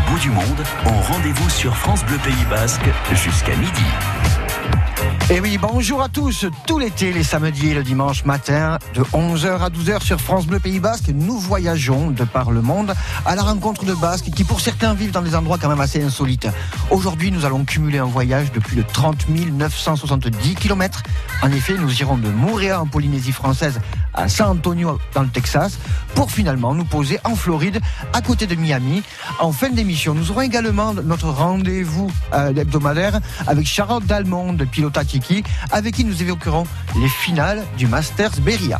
bout du monde ont rendez-vous sur France Bleu Pays Basque jusqu'à midi. Et oui, bonjour à tous. Tout l'été, les samedis et le dimanche matin, de 11h à 12h sur France Bleu Pays Basque, nous voyageons de par le monde à la rencontre de Basques qui, pour certains, vivent dans des endroits quand même assez insolites. Aujourd'hui, nous allons cumuler un voyage de plus de 30 970 km. En effet, nous irons de Moorea en Polynésie française à San Antonio dans le Texas pour finalement nous poser en Floride, à côté de Miami. En fin d'émission, nous aurons également notre rendez-vous hebdomadaire avec Charlotte Dalmond, pilote Tiki, avec qui nous évoquerons les finales du Masters Beria.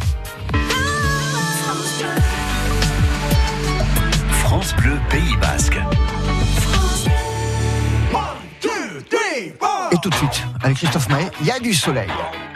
France Bleu Pays Basque. Et tout de suite, avec Christophe Maé, il y a du soleil.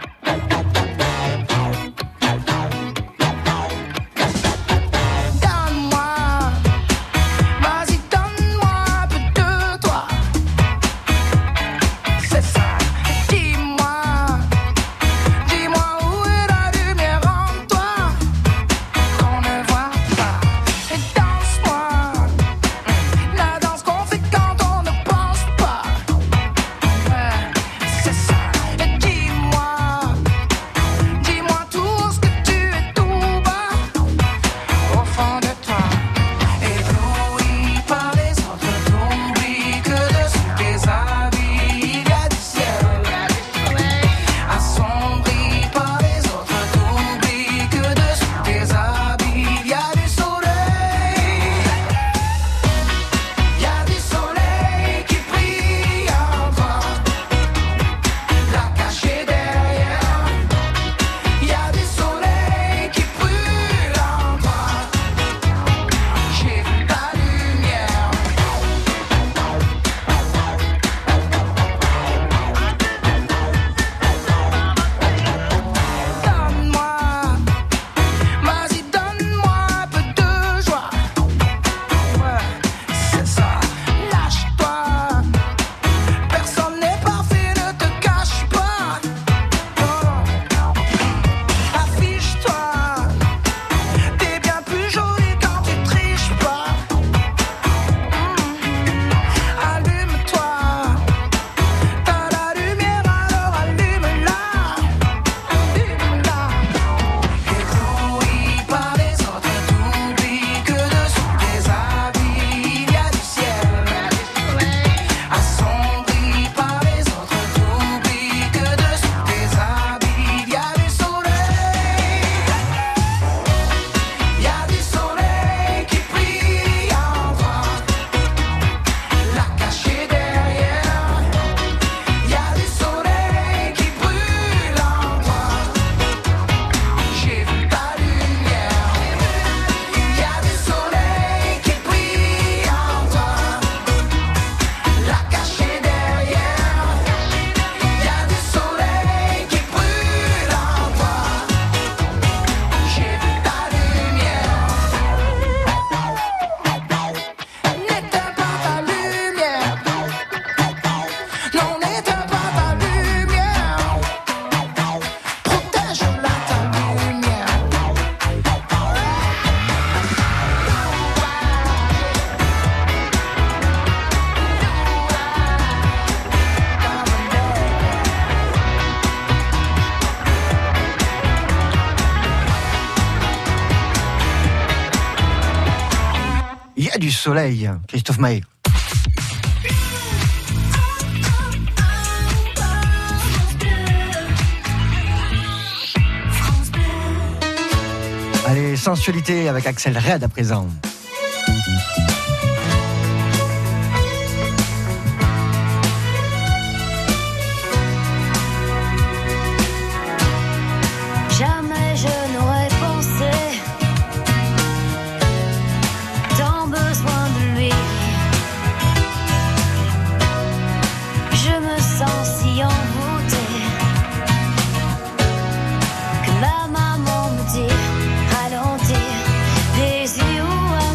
Il y a du soleil, Christophe Maé. Allez, sensualité avec Axel Red à présent. Jamais je n'aurais pensé tant besoin de lui. Je me sens si envoûtée que ma maman me dit ralentir, des yeux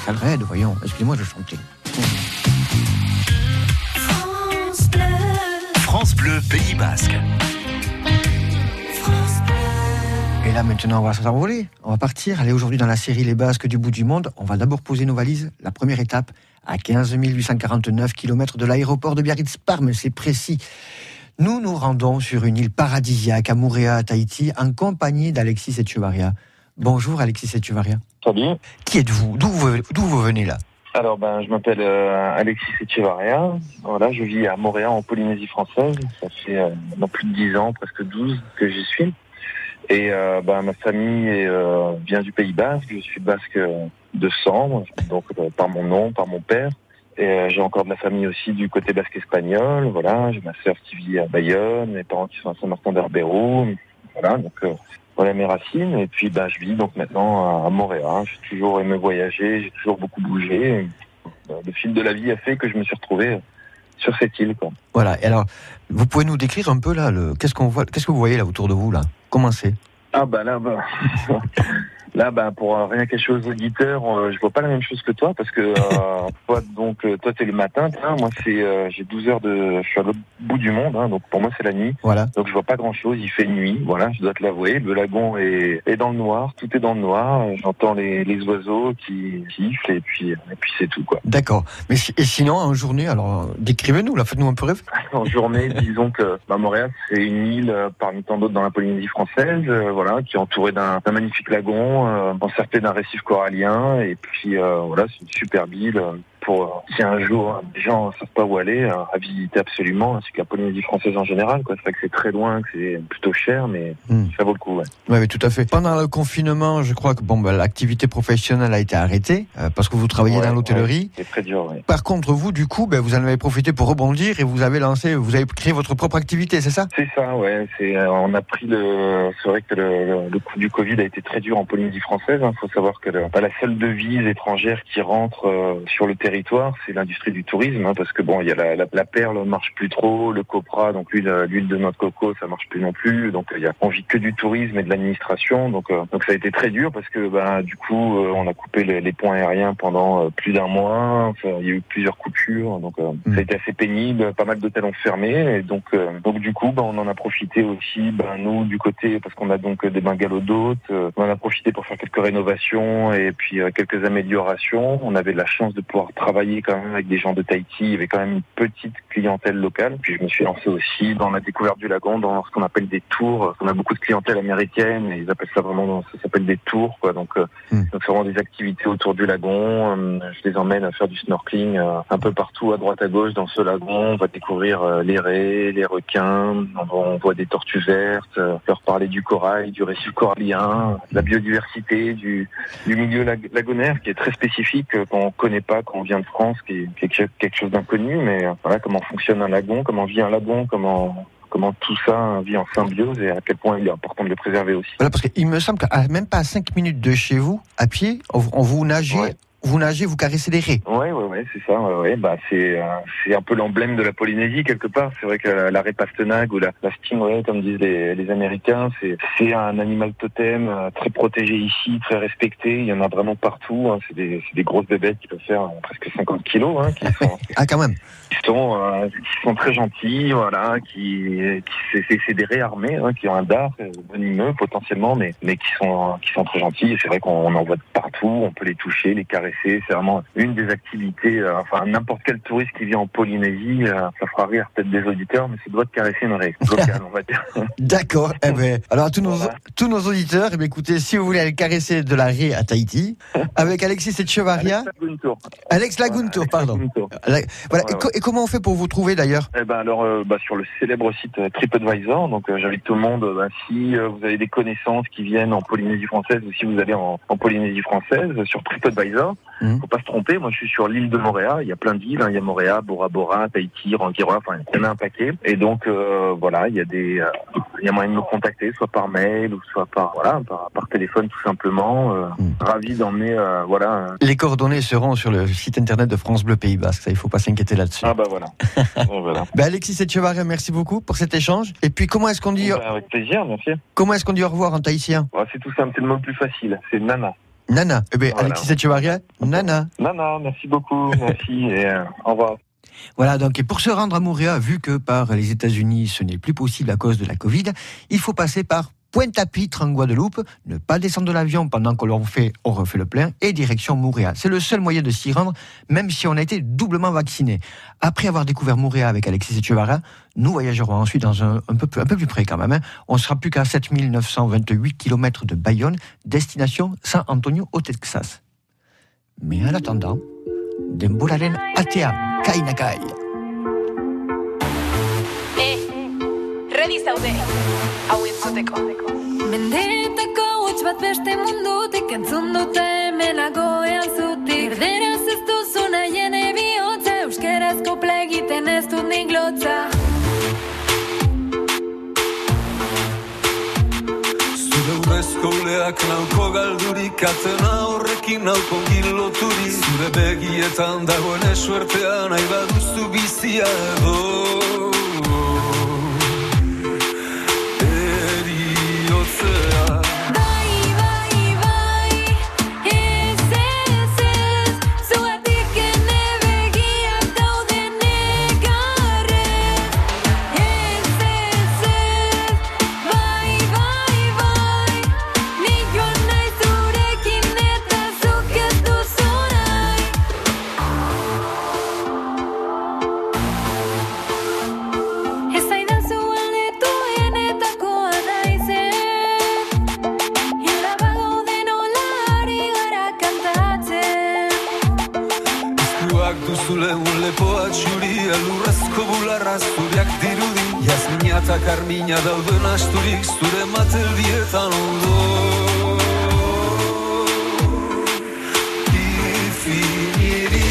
Ça l'aide, voyons. Excusez-moi de chanter. France Bleu. France Bleu Pays Basque. Et là, maintenant, on va s'envoler. On va partir. Aller aujourd'hui dans la série Les Basques du bout du monde. On va d'abord poser nos valises. La première étape, à 15 849 km de l'aéroport de Biarritz-Parme. C'est précis. Nous nous rendons sur une île paradisiaque à Moorea, à Tahiti, en compagnie d'Alexis Echevarria. Bonjour Alexis Echevarria. Salut. Qui êtes-vous ? D'où vous venez là ? Alors je m'appelle Alexis Echevarria. Voilà, je vis à Moorea en Polynésie française. Ça fait plus de 10 ans, presque 12 que j'y suis. Et ma famille vient du Pays Basque. Je suis basque de sang, donc par mon nom, par mon père. Et j'ai encore de la famille aussi du côté basque espagnol. Voilà, j'ai ma sœur qui vit à Bayonne, mes parents qui sont à Saint-Martin-d'Herbérou. Voilà, donc voilà mes racines. Et puis je vis donc maintenant à Moorea. J'ai toujours aimé voyager, j'ai toujours beaucoup bougé. Le fil de la vie a fait que je me suis retrouvé sur cette île, quoi. Voilà. Et alors, vous pouvez nous décrire un peu là, qu'est-ce qu'on voit, qu'est-ce que vous voyez là autour de vous là ? Comment c'est ? Là, pour rien cacher aux auditeurs, je vois pas la même chose que toi, parce que toi t'es le matin, moi j'ai 12 heures je suis à l'autre bout du monde, donc pour moi c'est la nuit. Voilà. Donc je vois pas grand chose, il fait nuit, voilà, je dois te l'avouer. Le lagon est dans le noir, tout est dans le noir. J'entends les oiseaux qui sifflent et puis c'est tout, quoi. D'accord. Mais et sinon en journée, alors décrivez-nous, là, faites-nous un peu rêve. En journée, disons que Moorea c'est une île parmi tant d'autres dans la Polynésie française, voilà, qui est entourée d'un magnifique lagon. Encerclé d'un récif corallien, et puis voilà, c'est une superbe île pour si un jour des gens ne savent pas où aller, à visiter absolument, ainsi que la Polynésie française en général, quoi. C'est vrai que c'est très loin, que c'est plutôt cher, mais ça vaut le coup, ouais. Oui, tout à fait. Pendant le confinement, je crois que l'activité professionnelle a été arrêtée parce que vous travaillez dans l'hôtellerie. C'est très dur, ouais. Par contre, vous, du coup, vous en avez profité pour rebondir et vous avez créé votre propre activité, c'est ça ? C'est ça, ouais. On a pris c'est vrai que le coup du Covid a été très dur en Polynésie française. Il faut savoir que la seule devise étrangère qui rentre sur le territoire, c'est l'industrie du tourisme, parce que il y a la perle marche plus trop, le copra, donc l'huile de noix de coco, ça marche plus non plus. Donc on vit que du tourisme et de l'administration. Donc ça a été très dur parce que du coup on a coupé les ponts aériens pendant plus d'un mois. Enfin, il y a eu plusieurs coupures, donc ça a été assez pénible. Pas mal d'hôtels ont fermé, et donc du coup on en a profité aussi. Nous du côté, parce qu'on a donc des bungalows d'hôtes, on en a profité pour faire quelques rénovations et puis quelques améliorations. On avait de la chance de pouvoir travailler quand même avec des gens de Tahiti. Il y avait quand même une petite clientèle locale. Puis je me suis lancé aussi dans la découverte du lagon, dans ce qu'on appelle des tours. On a beaucoup de clientèle américaine et ils appellent ça vraiment, ça s'appelle des tours, quoi. Donc c'est vraiment des activités autour du lagon. Je les emmène à faire du snorkeling un peu partout, à droite à gauche dans ce lagon. On va découvrir les raies, les requins. On voit des tortues vertes. Leur parler du corail, du récif corallien, de la biodiversité, du milieu lagonaire qui est très spécifique, qu'on connaît pas quand on vient de France, qui est quelque chose d'inconnu, mais voilà, comment fonctionne un lagon, comment vit un lagon, comment tout ça vit en symbiose et à quel point il est important de le préserver aussi. Voilà, parce qu'il me semble qu'à même pas à 5 minutes de chez vous, à pied, vous nagez. Ouais. Vous nagez, vous caressez les raies. Ouais, c'est ça. Ouais. C'est un peu l'emblème de la Polynésie quelque part. C'est vrai que la raie pastenag ou la stingray, comme disent les Américains, c'est un animal totem très protégé ici, très respecté. Il y en a vraiment partout. C'est des grosses bébêtes qui peuvent faire presque 50 kilos. Qui sont, quand même. Qui sont très gentils, voilà. C'est des raies armées qui ont un dard venimeux potentiellement, mais qui sont très gentils. Et c'est vrai qu'on en voit de partout. On peut les toucher, les caresser. C'est vraiment une des activités. N'importe quel touriste qui vient en Polynésie, ça fera rire peut-être des auditeurs, mais c'est doit de caresser une raie locale, on va dire. D'accord. Alors à tous nos auditeurs, écoutez, si vous voulez aller caresser de la raie à Tahiti, avec Alexis Echevarria. Alex Laguntour, pardon. Voilà. Ouais. Et comment on fait pour vous trouver d'ailleurs ? Sur le célèbre site TripAdvisor. Donc j'invite tout le monde, si vous avez des connaissances qui viennent en Polynésie française ou si vous allez en Polynésie française, sur TripAdvisor. Faut pas se tromper, moi je suis sur l'île de Moorea, il y a plein d'îles, il y a Moorea, Bora Bora, Tahiti, Rangiroa, il y en a un paquet. Et donc il y a moyen de me contacter, soit par mail ou soit par téléphone tout simplement. Ravi d'emmener Les coordonnées seront sur le site internet de France Bleu Pays Basque, ça il faut pas s'inquiéter là-dessus. Voilà. Voilà. Alexis Echevarria, merci beaucoup pour cet échange. Et puis comment est-ce qu'on dit avec plaisir, merci. Comment est-ce qu'on dit au revoir en tahitien ? C'est tout simple, c'est le mot le plus facile, c'est Nana. Nana. Eh bien, Voilà. Alexis Echevarria, Nana. Non, merci beaucoup, merci et au revoir. Voilà, donc, et pour se rendre à Moorea, vu que par les États-Unis, ce n'est plus possible à cause de la Covid, il faut passer par Pointe-à-Pitre en Guadeloupe, ne pas descendre de l'avion pendant qu'on refait le plein, et direction Moorea. C'est le seul moyen de s'y rendre, même si on a été doublement vacciné. Après avoir découvert Moorea avec Alexis Echevarria, nous voyagerons ensuite dans un peu plus près quand même. Hein. On sera plus qu'à 7928 km de Bayonne, destination San Antonio au Texas. Mais en attendant, denboraren atea kainakai. Ready zaude, hau entzuteko. Mendetako huts bat beste mundutik entzun dute hemenagoean zutik. Erderaz ez duzu nahien bihotza, euskeraz kopla egiten ez dut nik lotza. Zure urrezko uleak nauko galdurik, atzena horrekin nauko giloturik. Zure begietan dagoen esuertean, nahi baduzu bizia edo. Duzule un lepoa txuria, lurrezko bularra zuriak dirudi. Jazmina eta karmina dauden asturik, zure mateldietan ondo. Ifiniri.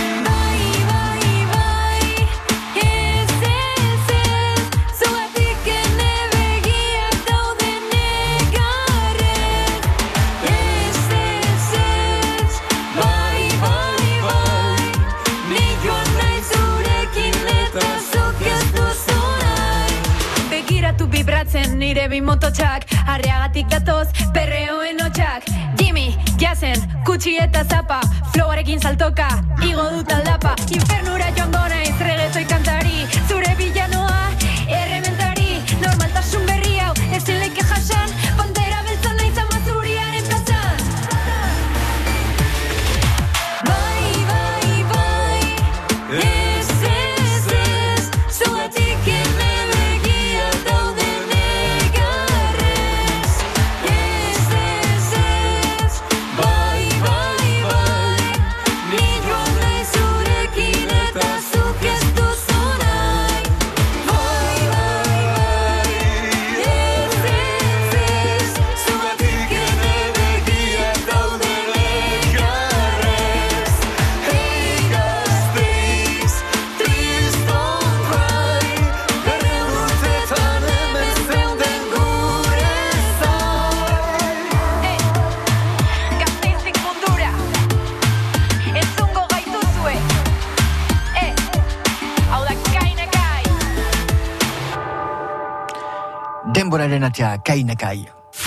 Nire bi mototxak, arreagatik datoz, perreoen hotxak. Jimmy, jazen, kutsi eta zapa, flowarekin saltoka, igo dut aldapa. Infernura joango naiz, reggaetoi kantari, zure bilanoa, errementari. Normaltasun berri hau, ezin leike jasan, bandera beltzan naiz amazuriaren plazan. Bai, ez, zugatik enebegia daude. Denboraren atea kainakai.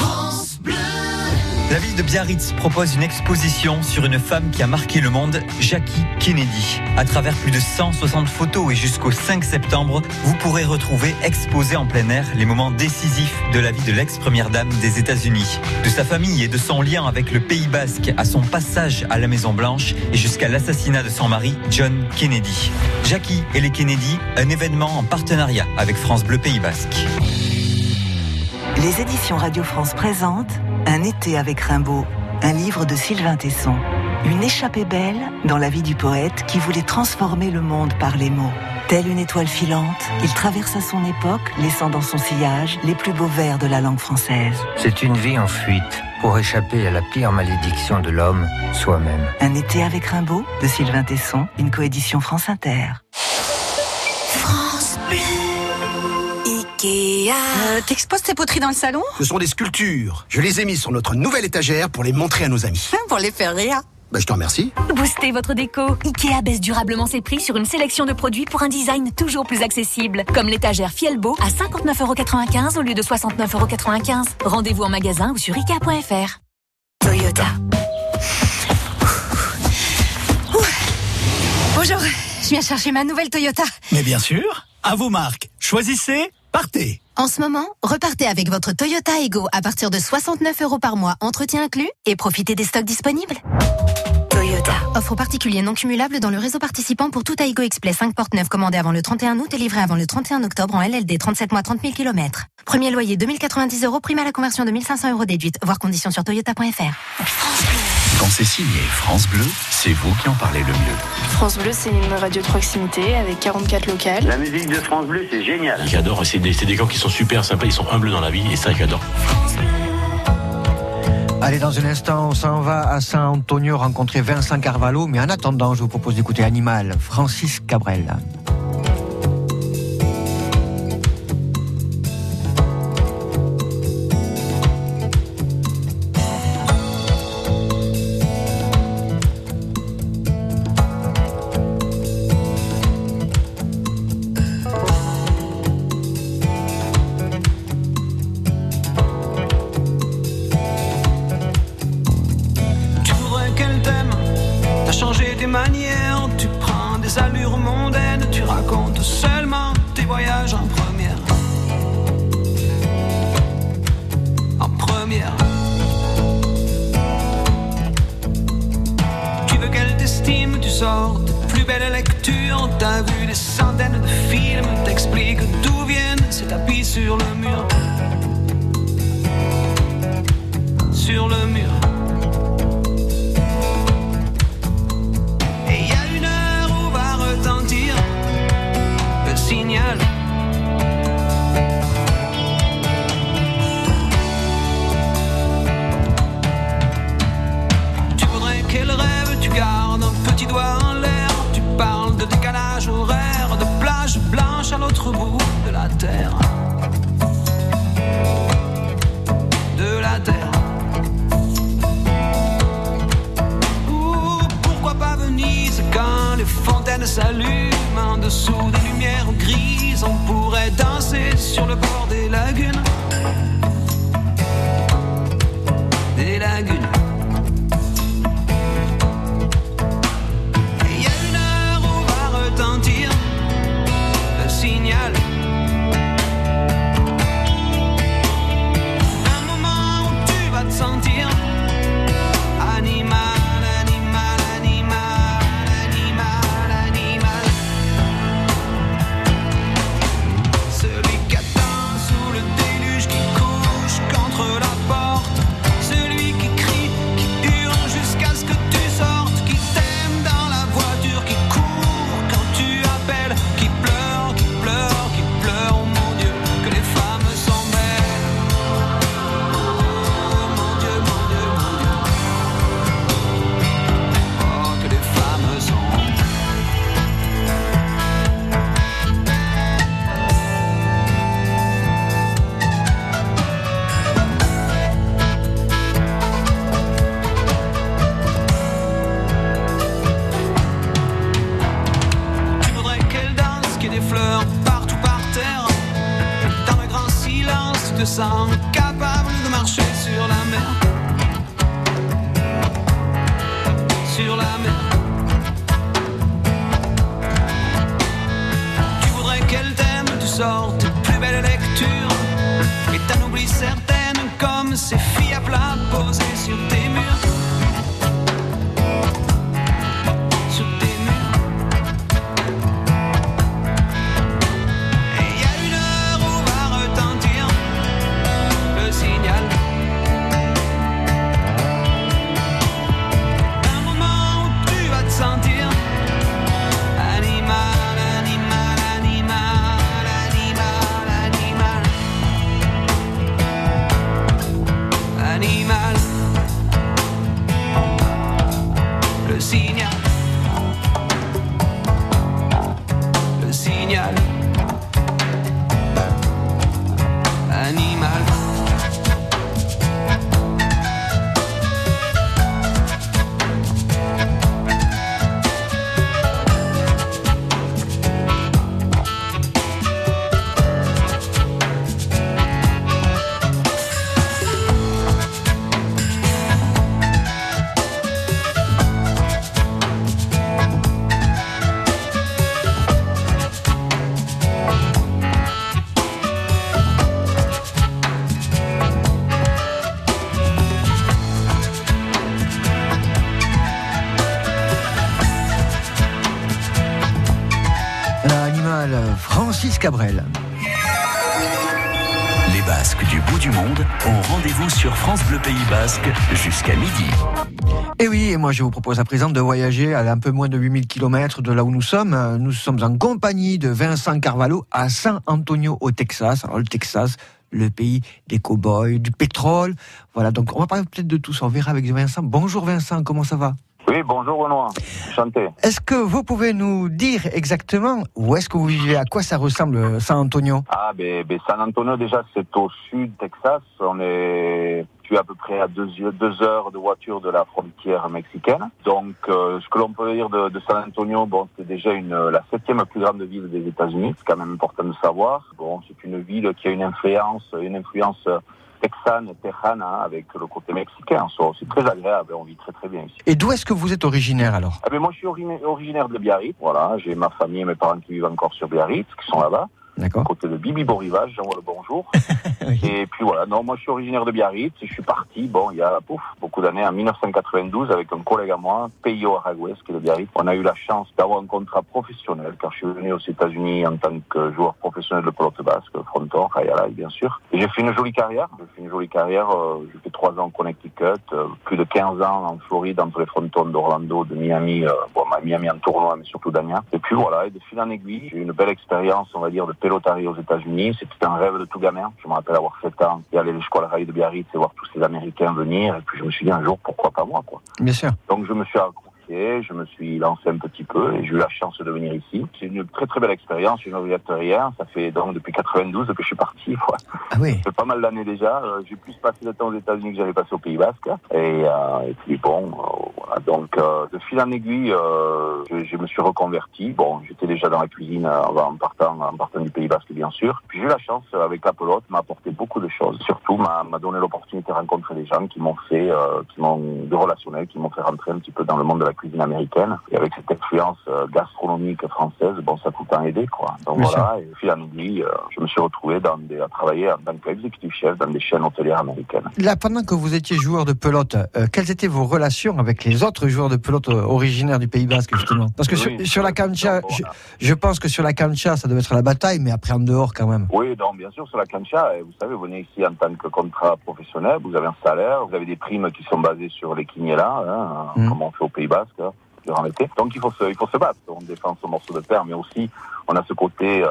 La ville de Biarritz propose une exposition sur une femme qui a marqué le monde, Jackie Kennedy. À travers plus de 160 photos et jusqu'au 5 septembre, vous pourrez retrouver exposés en plein air les moments décisifs de la vie de l'ex-première dame des États-Unis. De sa famille et de son lien avec le Pays Basque à son passage à la Maison-Blanche et jusqu'à l'assassinat de son mari, John Kennedy. Jackie et les Kennedy, un événement en partenariat avec France Bleu Pays Basque. Les éditions Radio France présentent Un été avec Rimbaud, un livre de Sylvain Tesson. Une échappée belle dans la vie du poète qui voulait transformer le monde par les mots. Telle une étoile filante, il traversa son époque, laissant dans son sillage les plus beaux vers de la langue française. C'est une vie en fuite pour échapper à la pire malédiction de l'homme, soi-même. Un été avec Rimbaud de Sylvain Tesson, une coédition France Inter. France Bleu. Ikea. T'exposes tes poteries dans le salon ? Ce sont des sculptures. Je les ai mis sur notre nouvelle étagère pour les montrer à nos amis. Pour les faire rire. Je te remercie. Boostez votre déco. Ikea baisse durablement ses prix sur une sélection de produits pour un design toujours plus accessible. Comme l'étagère Fielbo à 59,95 € au lieu de 69,95 €. Rendez-vous en magasin ou sur Ikea.fr. Toyota. Bonjour, je viens chercher ma nouvelle Toyota. Mais bien sûr, à vos marques. Choisissez, partez. En ce moment, repartez avec votre Toyota Aygo à partir de 69 € par mois, entretien inclus, et profitez des stocks disponibles. Toyota. Offre particulier non cumulable dans le réseau participant pour tout Aygo Express 5 portes neuves commandé avant le 31 août et livré avant le 31 octobre en LLD 37 mois 30 000 km. Premier loyer 2090 €, prime à la conversion de 1500 € déduite. Voir conditions sur toyota.fr. Quand c'est signé France Bleu, c'est vous qui en parlez le mieux. France Bleu, c'est une radio de proximité avec 44 locales. La musique de France Bleu, c'est génial. J'adore, c'est des gens qui sont super sympas, ils sont humbles dans la vie et ça j'adore. Allez, dans un instant, on s'en va à Saint-Antonio rencontrer Vincent Carvalho, mais en attendant, je vous propose d'écouter Animal, Francis Cabrel. Animal. Francis Cabrel. Les Basques du bout du monde ont rendez-vous sur France Bleu Pays Basque jusqu'à midi. Et oui, et moi je vous propose à présent de voyager à un peu moins de 8000 km de là où nous sommes. Nous sommes en compagnie de Vincent Carvalho à San Antonio au Texas. Alors le Texas, le pays des cow-boys, du pétrole. Voilà, donc on va parler peut-être de tout ça. On verra avec Vincent. Bonjour Vincent, comment ça va ? Oui, bonjour Benoît, enchanté. Est-ce que vous pouvez nous dire exactement où est-ce que vous vivez, à quoi ça ressemble San Antonio ? San Antonio déjà c'est au sud Texas, on est à peu près à 2 heures de voiture de la frontière mexicaine. Donc ce que l'on peut dire de San Antonio, c'est déjà la 7e plus grande ville des États-Unis, c'est quand même important de savoir. C'est une ville qui a une influence texane, tejana, avec le côté mexicain. C'est très agréable, on vit très très bien ici. Et d'où est-ce que vous êtes originaire alors ? Moi je suis originaire de Biarritz, voilà, j'ai ma famille et mes parents qui vivent encore sur Biarritz, qui sont là-bas. D'accord. À côté de Bibi Borivage, j'envoie le bonjour. Oui. Et puis voilà, moi je suis originaire de Biarritz, je suis parti, il y a beaucoup d'années, en 1992, avec un collègue à moi, Peyo Aragüez, qui est de Biarritz. On a eu la chance d'avoir un contrat professionnel, car je suis venu aux États-Unis en tant que joueur professionnel de pelote basque, fronton, Hayalai, bien sûr. Et j'ai fait une jolie carrière, j'ai fait 3 ans en Connecticut, plus de 15 ans en Floride, entre les frontons d'Orlando, de Miami, Miami en tournoi, mais surtout d'Amiens. Et puis voilà, et de fil en aiguille, j'ai eu une belle expérience, on va dire, de pelotari aux États-Unis. C'était un rêve de tout gamin. Je me rappelle avoir 7 ans et aller à l'école rail de Biarritz et voir tous ces Américains venir. Et puis je me suis dit un jour, pourquoi pas moi, quoi. Bien sûr. Donc je me suis accroché, je me suis lancé un petit peu et j'ai eu la chance de venir ici. C'est une très très belle expérience, une nouvelle rien. Ça fait donc depuis 92 que je suis parti. Quoi. Ah oui. Ça fait pas mal d'années déjà. J'ai plus passé de temps aux États-Unis que j'avais passé au Pays Basque. Et puis voilà. Donc de fil en aiguille, je me suis reconverti. J'étais déjà dans la cuisine en partant du Pays Basque, bien sûr. Puis j'ai eu la chance, avec la pelote, m'a apporté beaucoup de choses. Surtout, m'a donné l'opportunité de rencontrer des gens qui m'ont fait, de relationnel, qui m'ont fait rentrer un petit peu dans le monde de la cuisine américaine. Et avec cette influence gastronomique française, ça a tout le temps aidé, quoi. Donc bien voilà, sûr. Et de fil en aiguille, je me suis retrouvé à travailler en tant qu'exécutif chef dans des chaînes hôtelières américaines. Là, pendant que vous étiez joueur de pelote, quelles étaient vos relations avec les autres joueurs de pelote originaires du Pays Basque, justement ? Parce que sur la cancha, je pense que sur la cancha, ça devait être la bataille, mais après en dehors quand même. Oui, donc bien sûr, sur la cancha, vous savez, vous venez ici en tant que contrat professionnel, vous avez un salaire, vous avez des primes qui sont basées sur les quiniélas, comme on fait au Pays Basque, durant l'été. Donc il faut se battre, on défend ce morceau de terre, mais aussi on a ce côté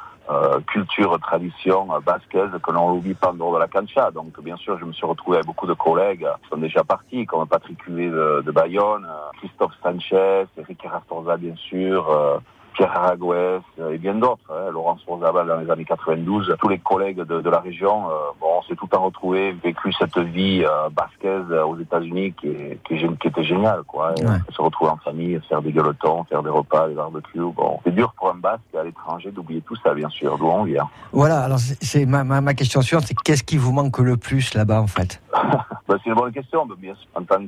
culture, tradition basquaise que l'on n'oublie pas en dehors de la cancha. Donc bien sûr, je me suis retrouvé avec beaucoup de collègues qui sont déjà partis, comme Patrick Cuvet de Bayonne, Christophe Sanchez, Eric Rastorza bien sûr, Pierre Aragüez et bien d'autres, Laurence Rosabal dans les années 92. Tous les collègues de la région, on s'est tout le temps retrouvés, vécu cette vie basquaise aux États-Unis qui était géniale, quoi. Ouais. Se retrouver en famille, faire des gueuletons, faire des repas, des barbecues. C'est dur pour un Basque à l'étranger d'oublier tout ça, bien sûr, d'où on vient. Voilà, alors c'est ma question suivante, c'est qu'est-ce qui vous manque le plus là-bas, en fait ? C'est une bonne question, bien sûr. En tant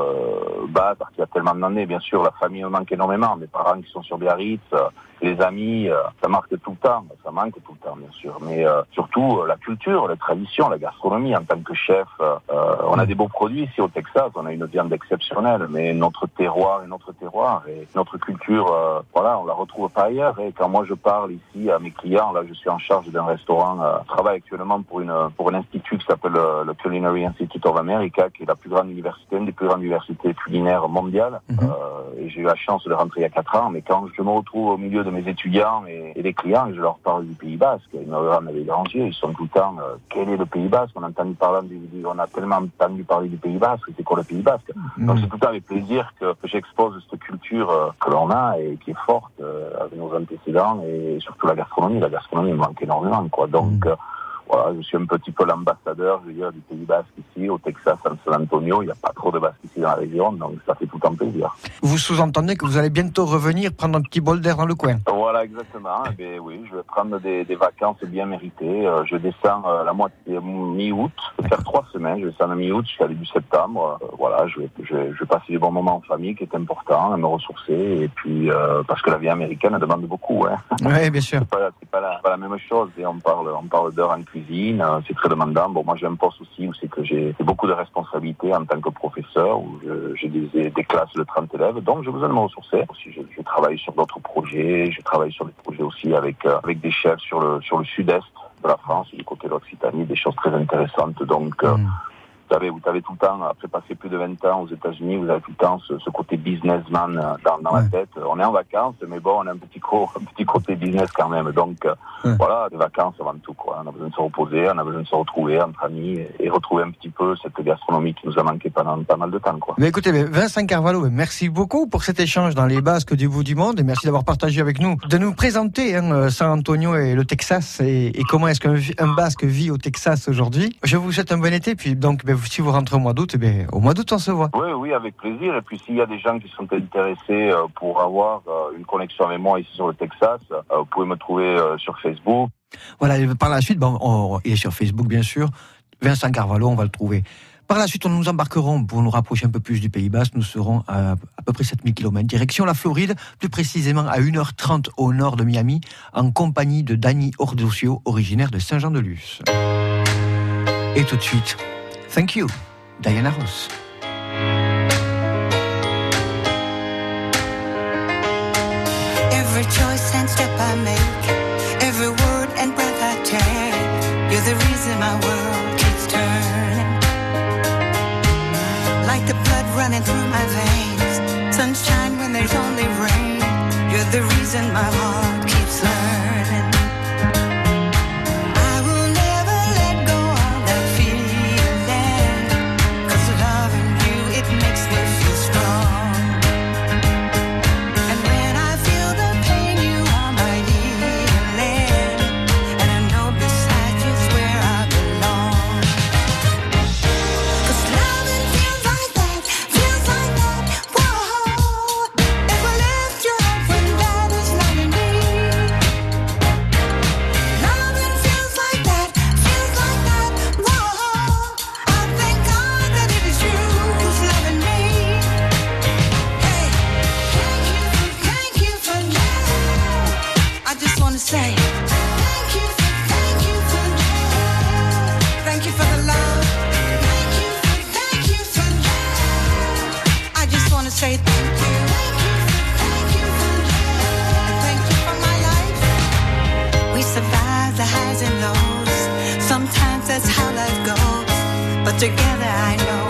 que Basque, il y a tellement d'années, bien sûr, la famille me manque énormément. Mes parents qui sont sur Biarritz, les amis, ça marque tout le temps. Ça manque tout le temps, bien sûr. Mais surtout, la culture, la tradition, la gastronomie. En tant que chef, on a des beaux produits ici au Texas. On a une viande exceptionnelle. Mais notre terroir et notre culture, on la retrouve pas ailleurs. Et quand moi je parle ici à mes clients, là, je suis en charge d'un restaurant. Je travaille actuellement pour un institut qui s'appelle le Culinary Institute of America, qui est la plus grande université, une des plus grandes universités culinaires mondiales. Et j'ai eu la chance de rentrer il y a 4 ans. Mais quand je me retrouve au milieu de mes étudiants et des clients, je leur parle du Pays Basque. Ils me regardent avec des grands yeux. Ils sont tout le temps, quel est le Pays Basque ? On a tellement entendu parler du Pays Basque. C'est quoi le Pays Basque ? Donc c'est tout le temps avec plaisir que j'expose cette culture que l'on a et qui est forte avec nos antécédents et surtout la gastronomie. La gastronomie me manque énormément, quoi. Donc voilà, je suis un petit peu l'ambassadeur, je veux dire, du Pays Basque ici, au Texas, à San Antonio. Il n'y a pas trop de Basques ici dans la région, donc ça fait tout le temps plaisir. Vous sous-entendez que vous allez bientôt revenir prendre un petit bol d'air dans le coin ? Voilà, exactement. Oui, je vais prendre des vacances bien méritées. Je descends la moitié mi-août. Je vais faire 3 semaines. Je descends à mi-août jusqu'à début septembre. Voilà, je vais passer des bons moments en famille, qui est important, à me ressourcer. Et puis, parce que la vie américaine demande beaucoup. Oui, bien sûr. C'est pas la même chose. Et on parle d'heures en cuisine. cuisine, c'est très demandant. Bon, moi j'ai un poste aussi où c'est que j'ai beaucoup de responsabilités en tant que professeur, où j'ai des classes de 30 élèves, donc j'ai besoin de me ressourcer. Aussi, je travaille sur d'autres projets, je travaille sur des projets aussi avec des chefs sur le sud-est de la France, du côté de l'Occitanie, des choses très intéressantes. Donc, vous avez tout le temps, après passer plus de 20 ans aux États-Unis, vous avez tout le temps ce côté businessman dans la tête. On est en vacances, mais bon, on a un petit côté business quand même. Donc, voilà, les vacances avant tout, quoi. On a besoin de se reposer, on a besoin de se retrouver entre amis et retrouver un petit peu cette gastronomie qui nous a manqué pendant pas mal de temps, quoi. Mais écoutez, Vincent Carvalho, merci beaucoup pour cet échange dans les Basques du bout du monde et merci d'avoir partagé avec nous, de nous présenter San Antonio et le Texas et comment est-ce qu'un Basque vit au Texas aujourd'hui. Je vous souhaite un bon été, puis donc, si vous rentrez au mois d'août, au mois d'août on se voit. Oui, avec plaisir. Et puis s'il y a des gens qui sont intéressés pour avoir une connexion avec moi ici sur le Texas, vous pouvez me trouver sur Facebook. Voilà, par la suite, il est sur Facebook bien sûr. Vincent Carvalho, on va le trouver. Par la suite, nous embarquerons pour nous rapprocher un peu plus du Pays Basque. Nous serons à peu près 7000 km. Direction la Floride, plus précisément à 1h30 au nord de Miami, en compagnie de Dani Ordosio, originaire de Saint-Jean-de-Luz. Et tout de suite, Thank You, Diana Ross. Every choice and step I make, every word and breath I take, you're the reason my world keeps turning. Like the blood running through my veins, sunshine when there's only rain, you're the reason my heart keeps learning. Together I know